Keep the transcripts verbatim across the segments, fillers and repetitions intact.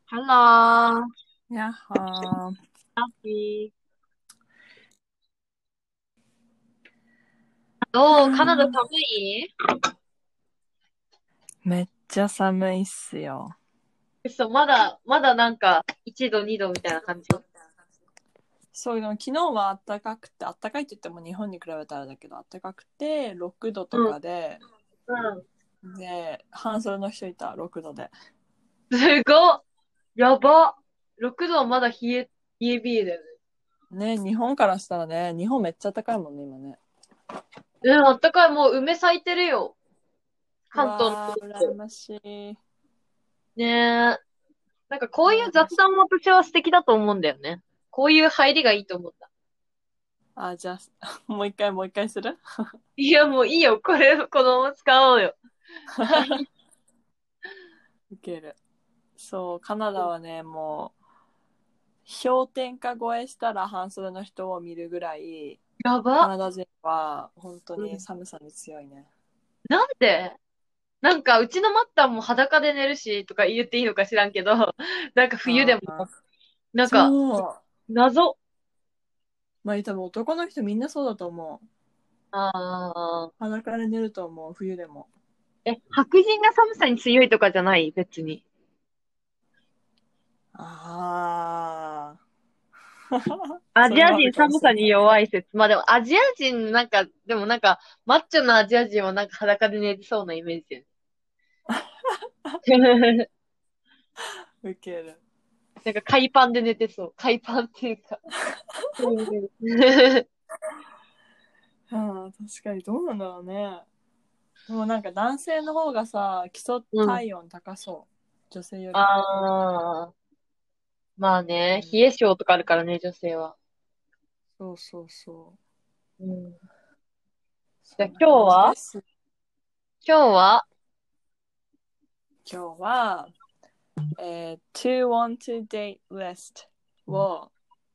Halo, やっはー。 Alfi. うどうカナダん。 寒い？ めっちゃ寒いっすよ。 そう、まだ、まだなんか、いちど、にどみたいな感じ。 そういうの、昨日は暖かくて、暖かいって言っても日本に比べたらだけど、暖かくて、ろくどとうん、 かで、 うで、半袖の人いた、ろくどで。 ん。すごっ。やば。ろくどはまだ冷え、冷え冷えだよね、日本からしたらね、日本めっちゃ高いもんね、今ね。 ね。うん、あったかい。もう梅咲いてるよ。 う関東のわー、羨方って。 ましい。 ねえ。なんかこういう羨ましい。 雑談も私は素敵だと思うんだよね。こういう入りがいいと思うんだ。 あ、じゃあ、もう一回もう一回する。 いや、もういいよ。これ、このまま使おうよ。 ウケる。そう、カナダはね、もう、氷点下超えしたら半袖の人を見るぐらい、 やば。 カナダ人は本当うん。 に寒さに強いね。 なんで？なんか、うちのマッタンも裸で寝るし、とか言っていいのか知らんけど、なんか冬でも、 ああ、 なんか、 そう。 謎。 まあ多分男の人みんなそうだと思う。 ああ。 裸で寝ると思う、冬でも。 え、白人が寒さに強いとかじゃない別に。 ああ。 アジアそれはある人寒さかもしれない。 に弱い説。まあでも、アジア人なんか、でもなんか、マッチョなアジア人はなんか裸で寝てそうなイメージだよね。 ウケる。 なんか海パンで寝てそう。海パンっていうか。うん。 ああ、確かにどうなんだろうね。でもなんか男性の方がさ、基礎うん。 体温高そう。女性より。 ああ。まあね、冷うん、 え性とかあるからね、女性は。 そうそうそう。 うん。じゃあそんな感じ今日はです。 今日は今日は、えー、to want to date list を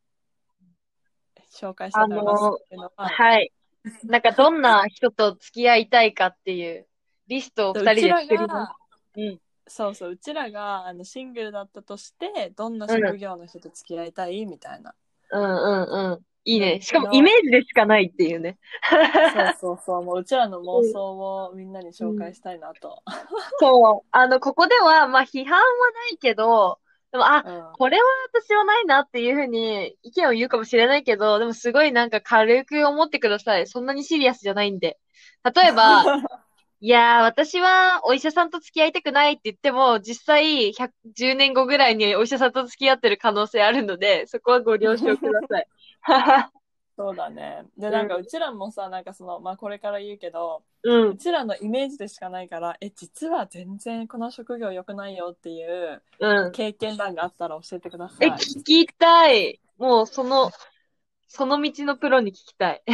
紹介したいと思います。 あの、 っていうのは、 はい。なんかどんな人と付き合いたいかっていうリストを二人でうちら作ります。 が、 うん。 そうそう、うちらがあのシングルだったとして、どんなうん。 職業の人と付き合いたいみたいなうんうんうん。いいのね。しかもイメの、 ージでしかないっていうね。 そうそうそう、もううちらの妄うん。 想をみんなにうん。 紹介したいなと。 そう。あの、ここでは、まあ、批判はないけど、でも、あ、 うん。 これは私はないなっていうふうに意見を言うかもしれないけど、でもすごいなんか軽く思ってください。そんなにシリアスじゃないんで。例えば、いやー、私はお医者さんと付き合いたくないって言っても、実際ひゃく、じゅうねんごぐらいにお医者さんと付き合ってる可能性あるので、そこはご了承ください。 そうだね。で、 うん、 なんかうちらもさ、なんかその、まあこれから言うけど、 うん、 うちらのイメージでしかないから、え、実は全然この職業良くないよっていううん。 経験談があったら教えてくだえ、 さい。 聞きたい。もう、その、その道のプロに聞きたい。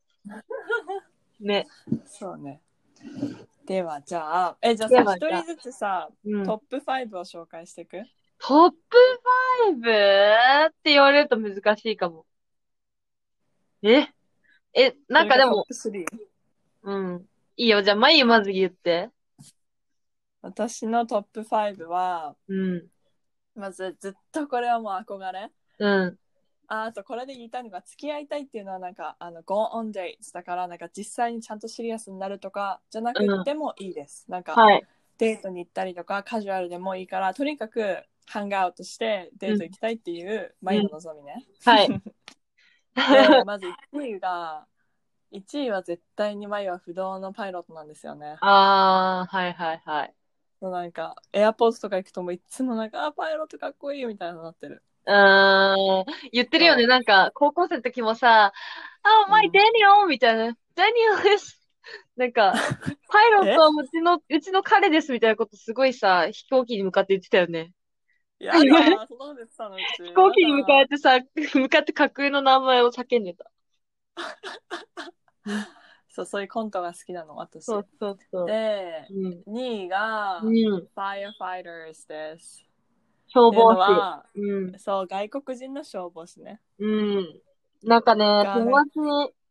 ね。 そうね。では、じゃあ、え、じゃあさ、 では、じゃあ、 一人ずつさ、 うん。 トップファイブを紹介していく。 トップファイブって言われると難しいかも。ええ、なそれかトッんかでも、 プスリー。 うん。いいよ。じゃあ、まゆまず言って。 私のトップファイブは、 うん。 まずずっとこれはもう憧れ。 うん。 あ、あとこれで言いたいのが、付き合いたいっていうのはなんか、あの、go on dates だから、なんか実際にちゃんとシリアスになるとかじゃなうん。 くってもいいです。なんか、 はい。 デートに行ったりとか、カジュアルでもいいから、とにかくハングアウトしてデートうん。 行きたいっていう、 うん。 前の望みね。 はい。 で、まずいちいが、いちいは絶対に前は不動のパイロットなんですよね。 あー、はいはいはい。 そうなんか、エアポートとか行くともういつもなんか、あ、パイロットかっこいいみたいなのなってる。 うーん。言ってるよね。 そなんか、高校生の時もさ、あ、 う。うマイ、デん。 ニオみたいな。デニオです。なんか、パイロッえ、 トはうちの、うちの彼ですみたいなことすごいさ、飛行機に向かって言ってたよね。 やだー、そんなこと言ってたのうち。 飛行や機に向かっだてさ、向かって架空の名前を叫んでた。うん。 ー。そう、そういうコントが好きなの、私。 そうそうそで、 う。うん。 にいが、 うん。 firefighters です。っていう消防士。 のは、 うん。 そう、外国人の消防士ね。 うん。なんかね、 が、なんか、 友達に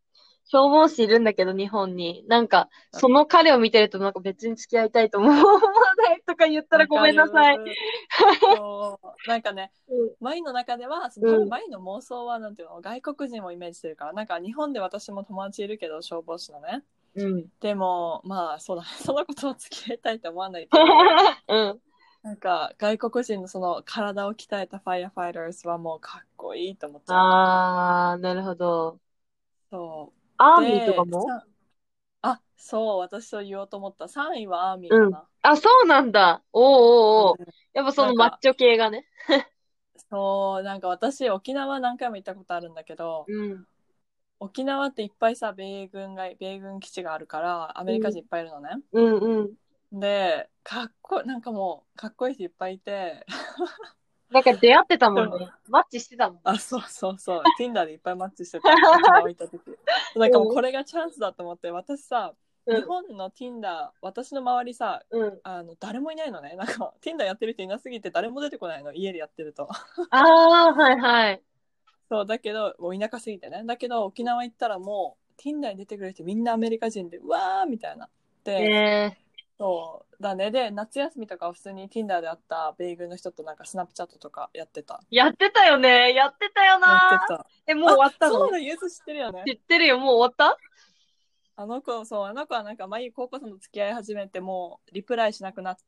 消防士いるんだけど、日本に。なんか、その彼を見てるとなんか別に付き合いたいと思わないとか言ったらごめんわかる。 なさい。 そう。なんかね、 うマイの中では、 ん。うん。 多分マイの妄想はなんていうの、外国人をイメージしてるから、なんか日本で私も友達いるけど、消防士のね。 うん。 でも、まあ、そうだね。そのことを付き合いたいと思わないけど、 うん。 なんか外国人のその体を鍛えたファイアファイターズはもうかっこいいと思っちゃう。 あー、なるほど。 そうアーミーとかでも？ さあそう私と言おうと思った。さんいはアーミーうん。 かな。 あ、そうなんだ。おーおーおー。 うん、 やっぱそなんかのマッチョ系がね。 そうなんか私沖縄何回も行ったことあるんだけど、 うん。 沖縄っていっぱいさ米軍が米軍基地があるからアメリカうん。 人いっぱいいるのね。 うんうん。 でかっこなんかもうかっこいい人いっぱいいてなんか出会ってたでももんね。マッチしてたもんね。 あ、そうそうそう。Tinder でいっぱいマッチしてた。沖縄行った時。なんかもううん。 これがチャンスだと思って、私さ、日うん。 本の Tinder、私の周りさ、 うん。 あの誰もいないのね。なんか Tinder やってる人いなすぎて誰も出てこないの。家でやってると。 ああ、はいはい。 そう、だけど、もう田舎すぎてね。だけど沖縄行ったらもう Tinder に出てくる人みんなアメリカ人で、うわーみたいな。で、 ええそうだね。で、夏休みとかは普通に Tinder で会った米軍の人となんかスナップチャットとかやってた。 やってたよね。やってたよな。 やってた。 え、もう終あ、 わったの？ そうだ、ユーズ知ってるよね。 知ってるよ。もう終わった？ あの子、そう、あの子はなんか、まゆ高校生の付き合い始めて、もう、リプライしなくなって、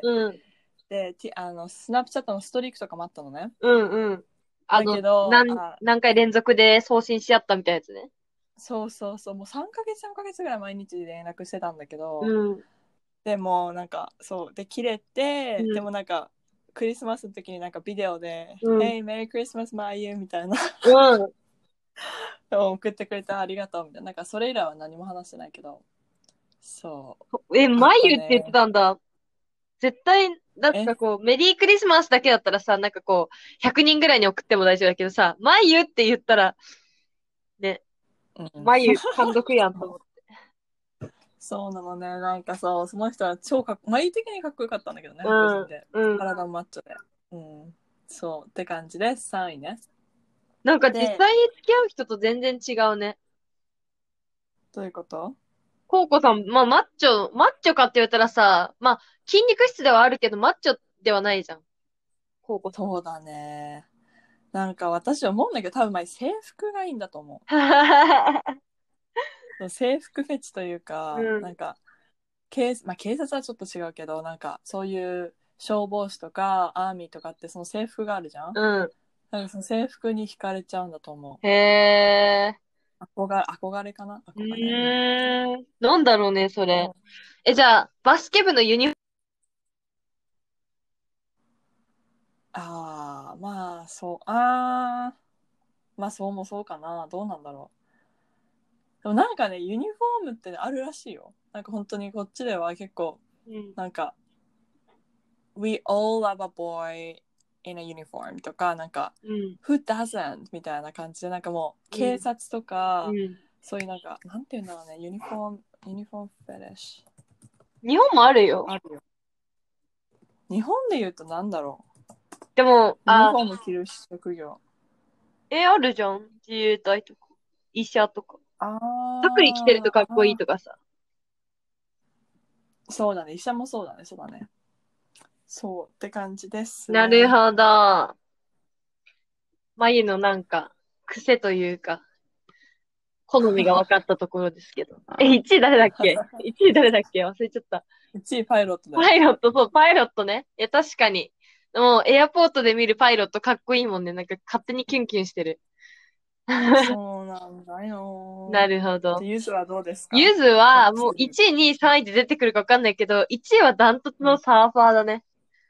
うん。 で、ティあの、スナップチャットのストリークとかもあったのね。 うんうん。あだの、 けど、 何、 あ、 何回連続で送信し合ったみたいなやつね。 そうそうそう、もうさんかげつ、さんかげつぐらい毎日連絡してたんだけうど、 ん。 でも、なんか、そう、で、切れて、でうん。 もなんか、クリスマスの時になんかビデオで、 うん。 Hey, Merry Christmas, まゆみたいなうん。 送ってくれてありがとうみたいな。なんか、それ以来は何も話してないけど、そう、 え、 あっ眉って言ってたね。 たんだ。絶対、なんえ、 かこう、メリークリスマスだけだったらさ、なんかこう、ひゃくにんぐらいに送っても大丈夫だけどさ、眉って言ったら、ね、 うん。 眉単独やんと思って。 そうなのね。なんかそう、その人は超かっこ、まあ、いい的にかっこよかったんだけどね、白うん。 人で。 うん。 体もマッチョで。うん。そう、って感じで、さんいね。 なんか実で、 際に付き合う人と全然違うね。 どういうこと？ コウコさん、まあ、マッチョ、マッチョかって言ったらさ、まあ、筋肉質ではあるけど、マッチョではないじゃん。コウコさん。 そうだね。なんか私思うんだけど、多分前制服がいいんだと思う。制服フェチというか、 うん。 なんか、警、まあ、警察はちょっと違うけど、なんかそういう消防士とかアーミーとかってその制服があるじゃん。 うん。 なんかその制服に惹かれちゃうんだと思へえ。 う。憧れ、憧れかなう憧れ。うん。 ーん。なんだろうね、それ。 そうえ、じゃあ、バスケ部のユニフォーああ、まあ、そう、ああ、まあ、そうもそうかな。どうなんだろう。でもなんかね、ユニフォームって、ね、あるらしいよ。なんか本当にこっちでは結構、 ム。うん。 なんか、We all love a boy in a uniform とか、なんか、 うん。 Who doesn't? みたいな感じで、なんかもう、 うん。 警察とか、 うん。 そういうなんか、なんていうんだろうね、ユニフォーム、ユニフォームフェレッシ日本もあるよ。 ュ。あるよ。日本で言うとなんだろでも、 う。ユニフあ、 ォーム着る職業。 え、あるじゃん。自衛隊とか、医者とか。白衣着てるとかっこいいああ、 とかさ。 そうだね。医者もそうだね。そうだね。そうって感じですね。 なるほど。眉のなんか、癖というか、好みが分かったところですけど。え、いちい誰だっけ？ いち 位誰だっけ？忘れちゃった。 いちいパイロットだよ。 パイロット、そう、パイロットね。いや、確かに。でも、エアポートで見るパイロットかっこいいもんね。なんか勝手にキュンキュンしてる。 そうなんだよ。 なるほど。 で、ゆずはどうですか？ ゆずは、もうトップスリー。 いちい、にい、さんいで出てくるか分かんないけど、いちいはダントツうん。 のサーファーだね。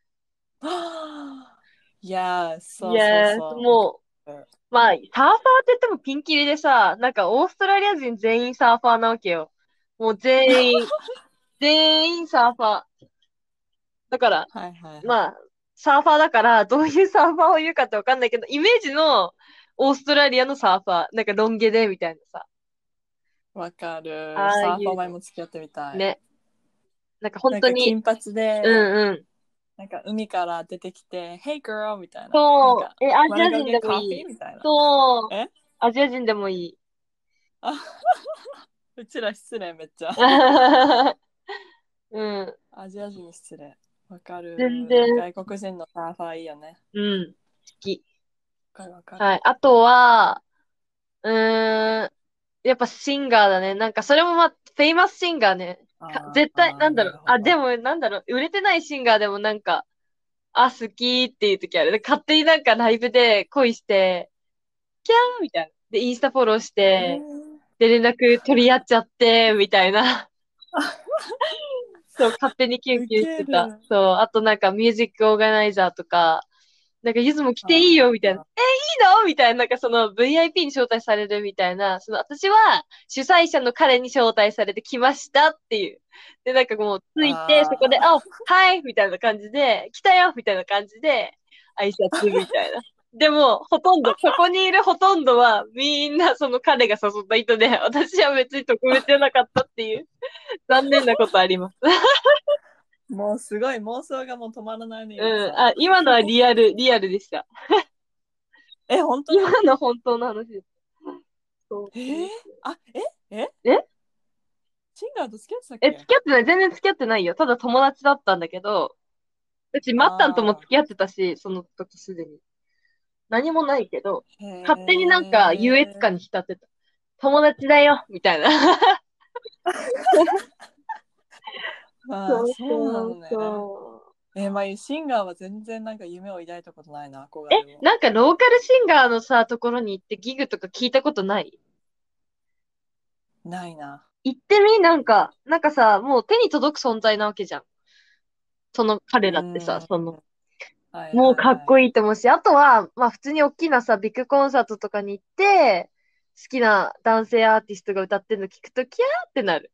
いやー、 いそうそうやー、 そう。わかもる。 う、まあ、サーファーって言ってもピンキリでさ、なんかオーストラリア人全員サーファーなわけよ。もう全員、全員サーファー。だから、 はいはいはい。 まあ、サーファーだから、どういうサーファーを言うかってわかんないけど、イメージのオーストラリアのサーファー、なんかロン毛でみたいなさ、 わかる。 ああサーファーいうの。 前も付き合ってみたい。 ね。なんか本当に、 なんか金髪うで、 んうん。 なんか海から出てきて、Hey girl! みたいな。なんそう、 か、 え、アジア wanna go 人で get もいい。 coffee? みたいな。 そう、 えアジア人でもいい。 あ、うちら失礼めっちゃ。 うん。 アジア人に失礼。わか全然、 る。外国人のサーファーいいよね。 うん。好き。 わかるわかる。 はい。あとは、うーん、やっぱシンガーだね。なんかそれもまあ、フェイマスシンガーね。かあ絶対、 あ、 なんだろう。あ、でなるほど。 も、なんだろう。売れてないシンガーでもなんか、あ、好きっていう時ある。で、勝手になんかライブで恋して、キャーみたいな。で、インスタフォローしえて、 ー、 で、連絡取り合っちゃって、みたいな。そう、勝手にキュンウキュンしてた。 ケる。 そう、あとなんかミュージックオーガナイザーとか、なんかゆずも来ていいよ、みたいな。 あえ、いいのみたいな、なんかその ブイアイピー に招待されるみたいな、その私は主催者の彼に招待されて来ましたっていう。で、なんかもう着いて、そこで、あ、 あはいみたいな感じで、来たよみたいな感じで、挨拶みたいな。でも、ほとんど、そこにいるほとんどは、みんなその彼が誘った人で、私は別に特別じゃなかったっていう、残念なことあります。 ー、もうすごい妄想がもう止まらないね、今うん。 さ。 あ、今のはリアル、リアルでした。 え、本当に？ 今の本当の話です。そうえー、 そう。 あ、えええシンガーと付き合ってたっえ、付け？ き合ってない。全然付き合ってないよ。ただ友達だったんだけど、うち、マッタンともあ付き合ってたし、その時すでに。何もないけど、 あ、 勝手になんか優越へえ。 感に浸ってた。友達だよみたいな。 まあ、 そうそうなそうのね。 そえー、まあ、シンガーは全然なんか夢を抱いたことないな、 う。え、 憧れを。 なんかローカルシンガーのさ、ところに行ってギグとか聞いたことない？ ないな。 行ってみなんか、なんかさ、もう手に届く存在なわけじゃん。その彼うらってさ、 ーん。 その、 はいもうかっこはいはい。 いいと思うし、あとは、まあ普通に大きなさ、ビッグコンサートとかに行って、好きな男性アーティストが歌ってるの聞くと、キャーってなる。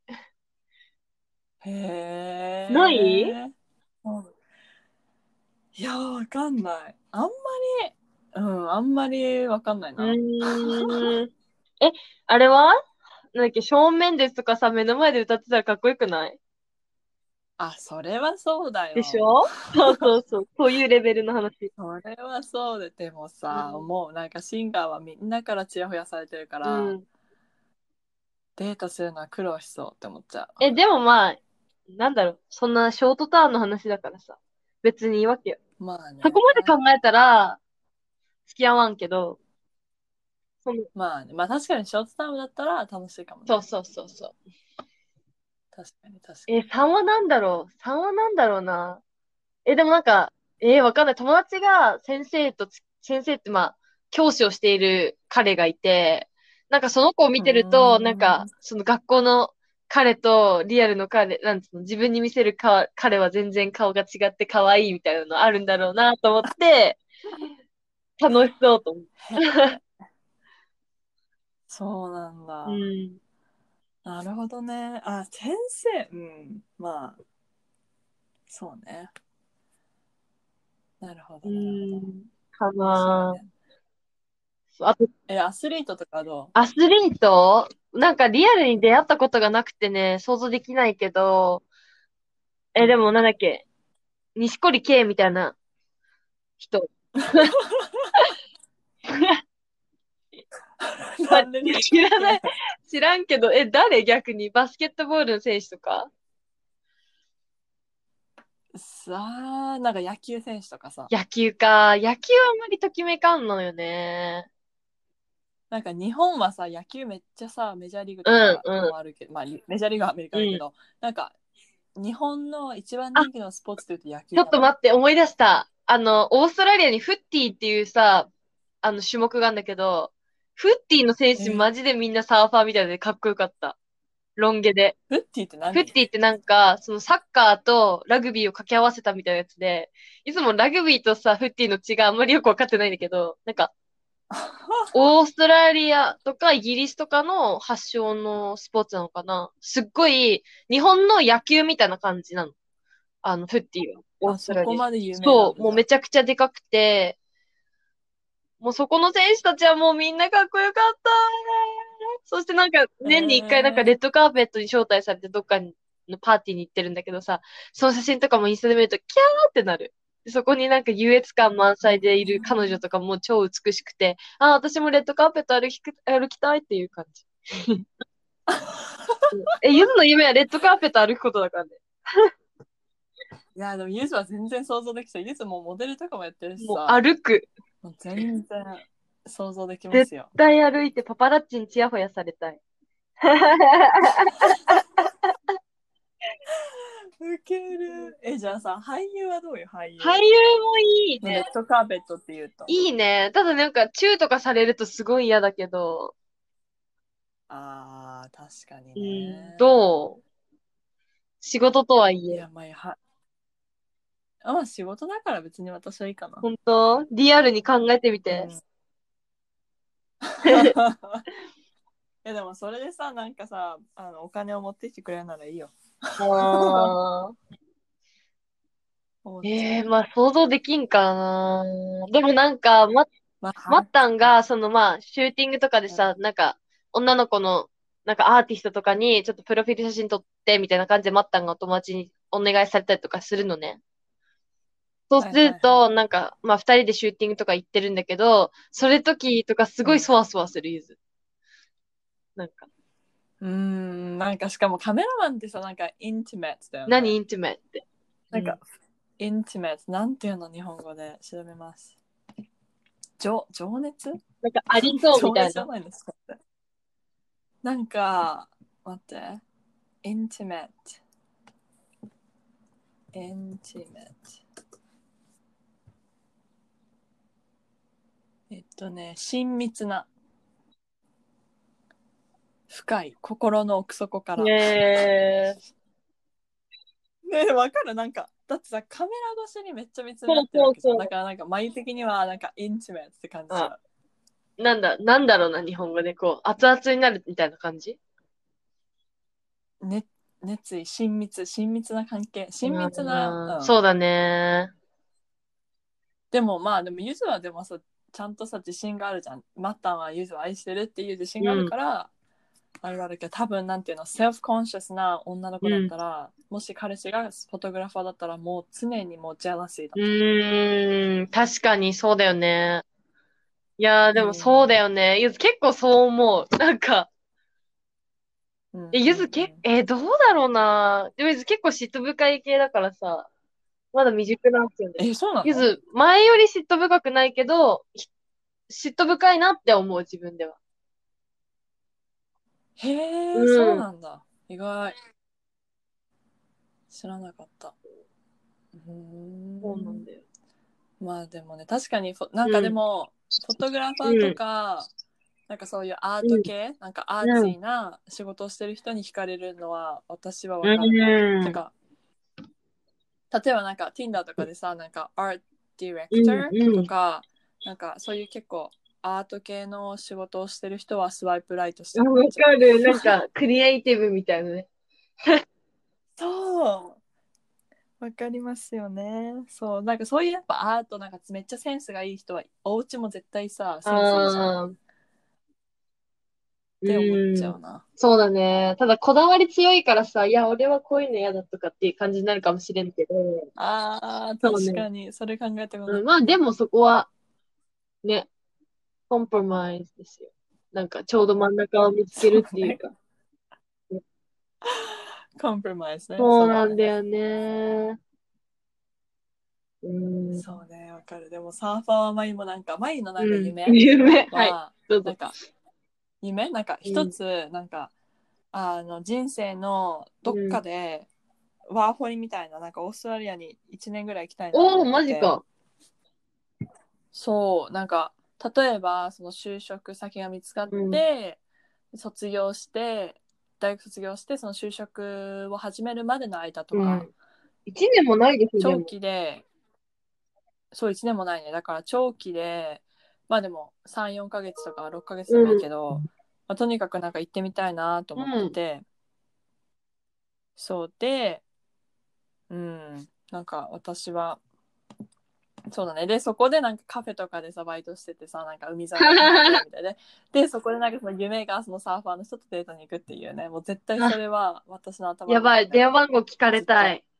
へないえ。うん、いやー、わかんない。あんまり、うん、あんまりわかんないうな。 ーん。え、あれはなんだっけ、ショーン・メンデスとかさ、目の前で歌ってたらかっこよくないあ、それはそうだでしよ。 ょ？そうそうそう。そういうレベルの話。 それはそうで、でもさ、 うん。 もうなんかシンガーはみんなからチヤホヤされてるかうら、 ん。 デートするのは苦労しそうって思っちゃえ、でもまあ、なんだろう。そんなショートターンの話だからさ。別にいいわけよ。 う。まあそこね。 まで考えたら、付き合わんけど、その、 まあね。まあ確かにショートタイムだったら楽しいかもね。 そうそうそうそう。 確かに確かえ、さんはなんだろう ?さん はなんだろうな。え、でもなんか、えーわかんない。友達が先生とつ、先生ってまあ、教師をしている彼がいて、なんかその子を見に。うてると、なんーん。 か、その学校の彼とリアルの彼、なんつうの、自分に見せるか彼は全然顔が違って可愛いみたいなのあるんだろうなと思って、楽しそうと思う。 へ、そうなんうだ。 ん。 なるほどね。あ、先生。うん。まあ、そうね。なるほうど、なるほど。 ん。か面白いなね。 ぁ。あと、 え、アスリートとかどアスリートなんかリアルに出会ったことがなくてね、想像できないけど、え、でもう？うん。 なんだっけ、錦織圭みたいな人。ま、 なんでに知らない。 こり系？ 知らんけど、え、誰逆にバスケットボールの選手とかさあ、なんか野球選手とかさ。 野球か。野球はあんまりときめかんのよね。 なんか日本はさ、野球めっちゃさ、メジャーリーグうとかん、うん、 もあるけど、まあメジャーリーグはアメリカうん。 だけど、なんか日本の一番あ、 人気のスポーツというと野ちょっ球なの？ と待って、思い出した。あの、オーストラリアにフッティっていうさ、あの種目があるんだけど、フッティの選手え、 マジでみんなサーファーみたいでかっこよかった。ロン毛で。 フッティって何？ フッティってなんか、そのサッカーとラグビーを掛け合わせたみたいなやつで、いつもラグビーとさ、フッティの違いあんまりよくわかってないんだけど、なんか、オーストラリアとかイギリスとかの発祥のスポーツなのかなすっごい、日本の野球みたいな感じなの。あの、フッティは。オーあ、 ストラリア。 そこまで有名なそう、 んだじゃん。 もうめちゃくちゃでかくて、もうそこの選手たちはもうみんなかっこよかった。そしてなんか、 え年に一回なんかレー、 ッドカーペットに招待されてどっかのパーティーに行ってるんだけどさ、その写真とかもインスタで見ると、キャーってなる。でそこになんか優越感満載でいる彼女とかも超美しくて、あ、私もレッドカーペット歩きく、歩きたいっていう感じ。 え、ゆずの夢はレッドカーペット歩くことだからね。 いや、でもゆずは全然想像できそう。ゆずもモデルとかもやってるしもうさ、 歩く。 もう全然想像できま絶すよ。 対歩いてパパラッチにチヤホヤされたい。 ウケる。え、じゃあさ、俳優はどうよ、俳優。 俳優もいいね。 レッドカーペットって言うと。 いいね。ただなんか、チューとかされるとすごい嫌だけど。 あー、確かにうん、 ね。 どう仕事とはいえ。 いや、まあ、は、あ、まあ仕事だから別に私はいいかな。 本当リアルに考えてみて。 うん。え、でもそれでさ、なんかさ、あの、お金を持ってきてくれるならいいよ。 ああ。 思っちゃう。 ええー、まあ想像できんかな。でもなんか、ま、 まあ、はマッタンが、そのまあ、シューティングとかでうんさ、なんか、女の子の、なんかアーティストとかに、ちょっとプロフィール写真撮って、みたいな感じでマッタンがお友達にお願いされたりとかするのね。そうすはいはいはい。 ると、なんか、まあ二人でシューティングとか行ってるんだけど、それ時とかすうん。 ごいそわそわするゆず。なんか、 うーん、なんかしかもカメラマンってさ、なんかインティメットだよね。 何インティメって。 なんか、 うん。 インティメット、なんていうの日本語で調べます。情、情熱なんかありそうみ情たいな。 熱じゃないですかって。なんか、待って。インティメット。インティメット。えっとね、親密な、深い、心の奥底かへら。 えー。 ねえ、わかるなんか、だってさ、カメラ越しにめっちゃ見つめ合そうってるわけじゃん。だそうそからなんか、眉的にはなんか、インティメットって感う。あ、 じちゃう。 なんだ、なんだろうな、日本語でこう、熱々になるみたいな感じ。 ね、熱意、親密、親密な関係。親密な、 うん、 うん。 そうだね。 でもまあ、でもゆずはでもさ、ちゃんとさ、自信があるじゃん。マッタンはゆずを愛してるっていう自信があるうん、 から、あれはあるけど、多分なんていうの、セルフコンシャスな女の子だっうん。 たら、もし彼氏がフォトグラファーだったら、もう常にもうジェラシーだうと思ーん、確かにそうだよね。いやー、 う。 でもそうだうん。 よね。ゆず結構そう思う。なんか、え、 うんうんうゆずけ、 ん。 えーどうだろうな。でもゆず結構嫉妬深い系だからさ、まだ未熟なんですよね。 え、そうなの？ ゆず、前より嫉妬深くないけど、ひ嫉妬深いなって思う、自分では。 へえ、そううん。 なんだ。意外。知らなかった。うーん。 そうなんだよ。 まあでもね、確かにフォ、なんかうん。 でも、フォトグラファーとうん。 か、なんかそういうアーうん。 ト系、なんかアーうん。 ティーな仕事をしてる人に惹かれるのは私はわうかるな。てん。 か、例えばなんか Tinder とかでさ、なんか Art うん。 Director うん。 とか、なんかそういう結構アート系の仕事をしてる人はスワイプライトしあ、わたくなっちゃう。 かる。なんか、クリエイティブみたいなね。 そう、わかりますよね。そう、なんかそういうやっぱアート、なんかめっちゃセンスがいい人は、お家も絶対さ、センスいいじゃんっああ、うて思っちゃん。 うな。 そうだね。ただ、こだわり強いからさ、いや、俺はこういうの嫌だとかっていう感じになるかもしれんけど、 あー、 そうね。 確かに。それ考えてこなうん、 かった。 まあでもそこは、ね、コンプロマイズですよ。なんか、ちょうど真ん中を見つけるそうね。 っていうか。 コンプロマイズね。 そうそうだね。 なんだよね。うん。 そうね、わかる。でもサーファーはマイもなんか、マイのなんかうん。 夢夢。はい。 は、 どうぞ。 なんか、夢なんかうん。 一つ、なんか、あの、人生のどっうん。 かで、ワーホリみたいな、なんかオーストラリアにいちねんぐらい行きたいなとおー、 思ってて、 マジか。 そう、なんか、例えば、その就職先が見つかっうん。 て、卒業して、大学卒業して、その就職を始めるまでの間とか、 うん。一年もないですよ、で長も。 期で、そういちねんもないね。だから長期で、まあでもさん、よんかげつとかろっかげつでもいいうん。 けど、まあ、とにかくなんか行ってみたいなとう思ってん。 て、そうで、うん、なんか私は、そうだね。で、そこでなんかカフェとかでさ、バイトしててさ、なんか海沿いのカフェで、みたいな。で、そこでなんかその夢がそのサーファーの人とデートに行くっていうね、もう絶対そあ、 れは私の頭やばい。電の中で話番号聞かれずっと。 たい。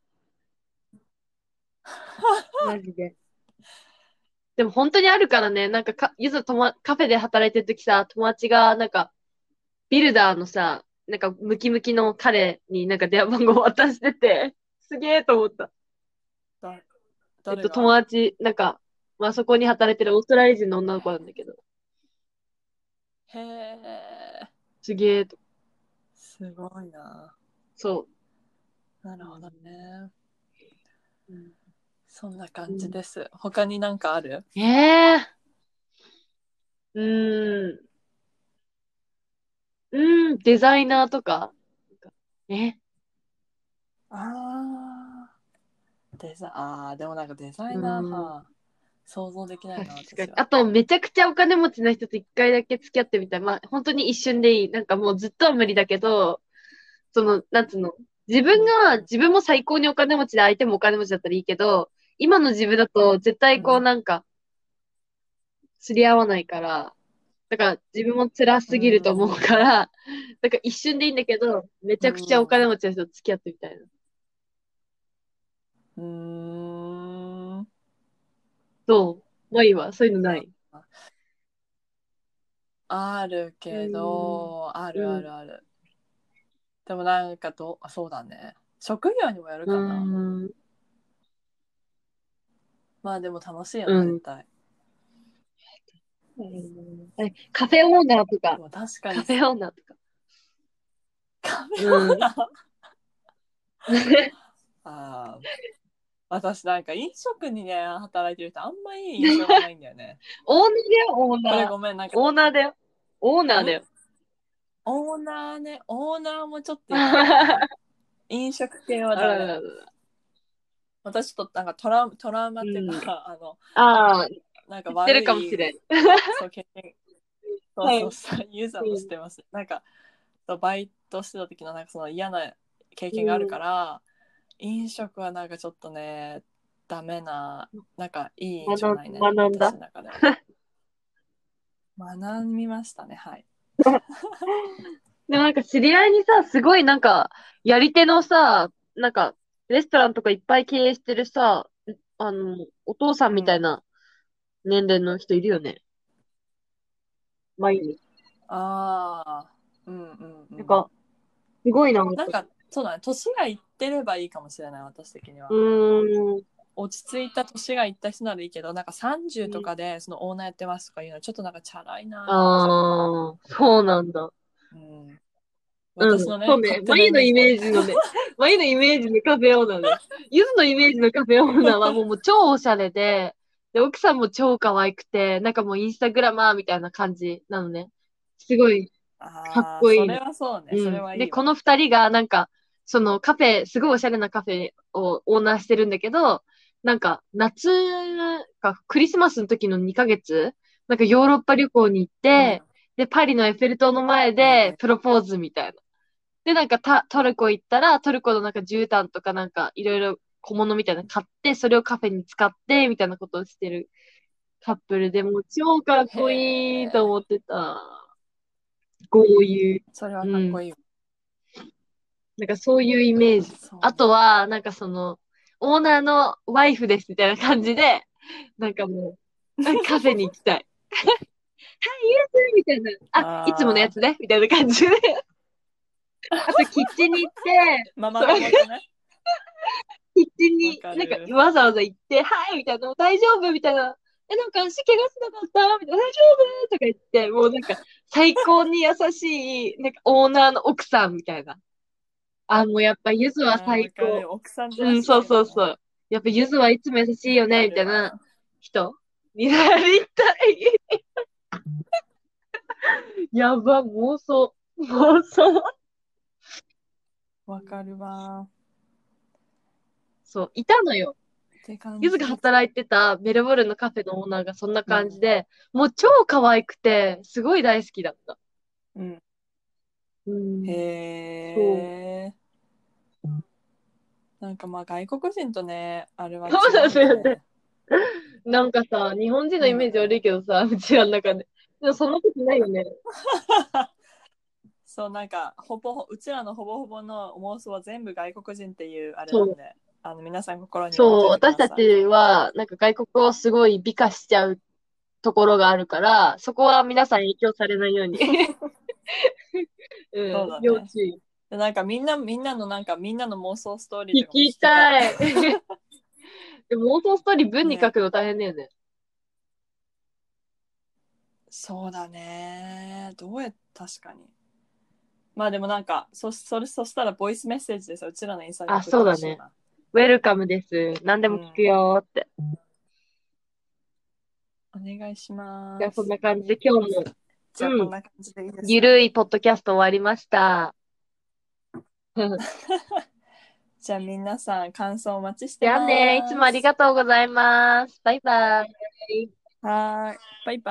マジで。でも本当にあるからね。なんかか、ゆずともカフェで働いてるときさ、友達が、なんか、 ビルダーのさ、なんかムキムキの彼になんか電話番号渡してて、すげえと思った。 だ、 えっと、友誰が？ 達、なんか、まあそこに働いてるオーストラリア人の女の子なんだけど、 へえ、 すげえと。 すごいな。 そなるほどね。 う。うんそんなうん、 感じです。他になんかある？ ええー、うーん。うーん、デザイナーとか。え、 ああ、デザ、ああ、でもなんかデザうイナーーん。 は想像できないな、 確かに。 私は。 あと、めちゃくちゃお金持ちの人と一回だけ付き合ってみたい。まあ、本当に一瞬でいい。なんかもうずっとは無理だけど、その、なんつうの。自分うん、 が、自分も最高にお金持ちで相手もお金持ちだったらいいけど、今の自分だと絶対こううん、 なんか、釣り合わないから、だから自分も辛うすぎると思うん、 から、だから一瞬でいいんだけど、めちうゃくちゃお金ん、 持ちの人と付き合ってみたいな。 うん、 そう。もういいわ。そういうのなあ、 い。 あるうけーん。 ど、あるあうん。 るある。でもなんかどう、そうだね。職業にもよるうかな。 ーん。 まあでも楽しいよね、絶うん。 対。 うん、カフェオーナーとか。 でも確かに、 カフェオーナーとか。 カフェうん。 オーナー。ああ、私なんか飲食にね、働いてる人あんまいい印象がないんだよね。 オーナーだよ、オーナー。 これごめん、なんか、 オーナーだよ。オーナーだんよ。 オーナーね、オーナーもちょっといいかな。 あ飲食系はららダメ。 らら。 私ちょっとなんかトラウトラウマっていうか、 うん。 あの、 ああ、 なんか知ってる悪い、 かもしれん。 そう経験、そうはい。 そうそう、ユーザーも知っうん。 てます。なんか、バイトしてた時のなんかその嫌な経う験があるかん。 ら、飲食はなんかちょっとね、ダメな、なんかいい印象学ん、 ないね、 学んだ。 私の中では。学びましたね、はい。 でもなんか知り合いにさ、すごいなんか、やり手のさ、なんか、レストランとかいっぱい経営してるさ、あの、お父さんうん。 みたいな年齢の人いるよね。毎日。 ああ、うんうんうん。 なんか、すごいな、 なんか、そうだね、年がいってればいいかもしれない、私的にうは。 ーん。 落ち着いた年がいった人ならいいけど、なんかさんじゅうとかでそのオーナーやってますとかいうのはちょっとなんかチャラいなって思っちゃう。 ああ、そうなんだ。 うん。私うん、 のね、 そうね。 勝手な眉のイイメージね。 メージのね、眉のイメージのカフェオーナーね。ゆずのイメージのカフェオーナーはもう、もう超おしゃれで、で、奥さんも超可愛くて、なんかもうインスタグラマーみたいな感じなのね。すごいかっああ、それこいいの。 はそうね。そうん。で、 れはいいわ。 この二人がなんか、そのカフェ、すごいおしゃれなカフェをオーナーしてるんだけど、なんか夏かクリスマスの時のにかげつ、なんかヨーロッパ旅行に行っうん。 て、で、パリのエッフェル塔の前でえー、 プロポーズみたいな。で、なんかたトルコ行ったら、トルコのなんか絨毯とかなんかいろいろ小物みたいなの買って、それをカフェに使って、みたいなことをしてるカップルでもう超かっへこいいとえ、 思ってた。こういう。 それはうん。 かっこいいわ。 なんかそういうイメージ。あそうね。 とは、なんかその、オーナーのワイフですみたいな感じで、なんかもう、あカフェに行きたい。はい、ユースみたいな。あ、いつものやあつねみたいな感じで。あと、キッチンに行って、 ママそう、 友とね。 キッチンわになんかかる。 わざわざ行って、はいみたいな、大丈夫みたいな。え、なんか足怪我しなかったみたいな、大丈夫とか言って、もうなんか最高に優しい、なんかオーナーの奥さんみたいな。あ、もうやっぱゆずはああ、わ最高。 かる。奥さんずうん、そうらしだよね。 そうそう。やっぱゆずはいつも優しいよね、 わかみたいなるわ。 人になりたい。やば、妄想。妄想。 わかるわ。 そう、いたのよ。 って感ゆずがじです。 働いてたメルボルンのカフェのオーナーがそんなうん。 感じで、もう超可愛くて、すごい大好きだった。 うん。 うん。 へそう。 え。なんかまあ外国人とね、あれは違そうなんうよだよね。 ね。 なんかさ、日本人のうイメージ悪いん。 けどさ、うちらの中で。でもそんなことないよね。 そうなんかほぼうちらのほぼほぼの妄想は全部外国人っていうあれそう。 なんで、あの皆さん心に置いとそう、 いてく私たちださい。 は、なんか外国をすごい美化しちゃうところがあるから、そこは皆さん影響されないように。 うん、 そうだね。 要注意。 でなんかみんな、みんなのなんかみんなの妄想ストーリーとかも聞聞ききたい。 たい。でも、妄想ストーリー文に書ね、 くの大変だよね。 そうだね。どうや、確かに。まあでもなんか、そ、それ、そしたらボイスメッセージでさ、うちらのインスタにあ、 送ってそうだね。 ほしいな。 ウェルカムです。何でも聞くうん。 よーって。 お願いしじゃあ、そんます。 な感じで今日も、 じゃあうん、 こんな感じでいいですゆるかね。 いポッドキャスト終わりました。 じゃあ皆さん感想お待ちしてじゃあね、いつもあります。 がとうございます。バイバイ。 はーい。バイバイ。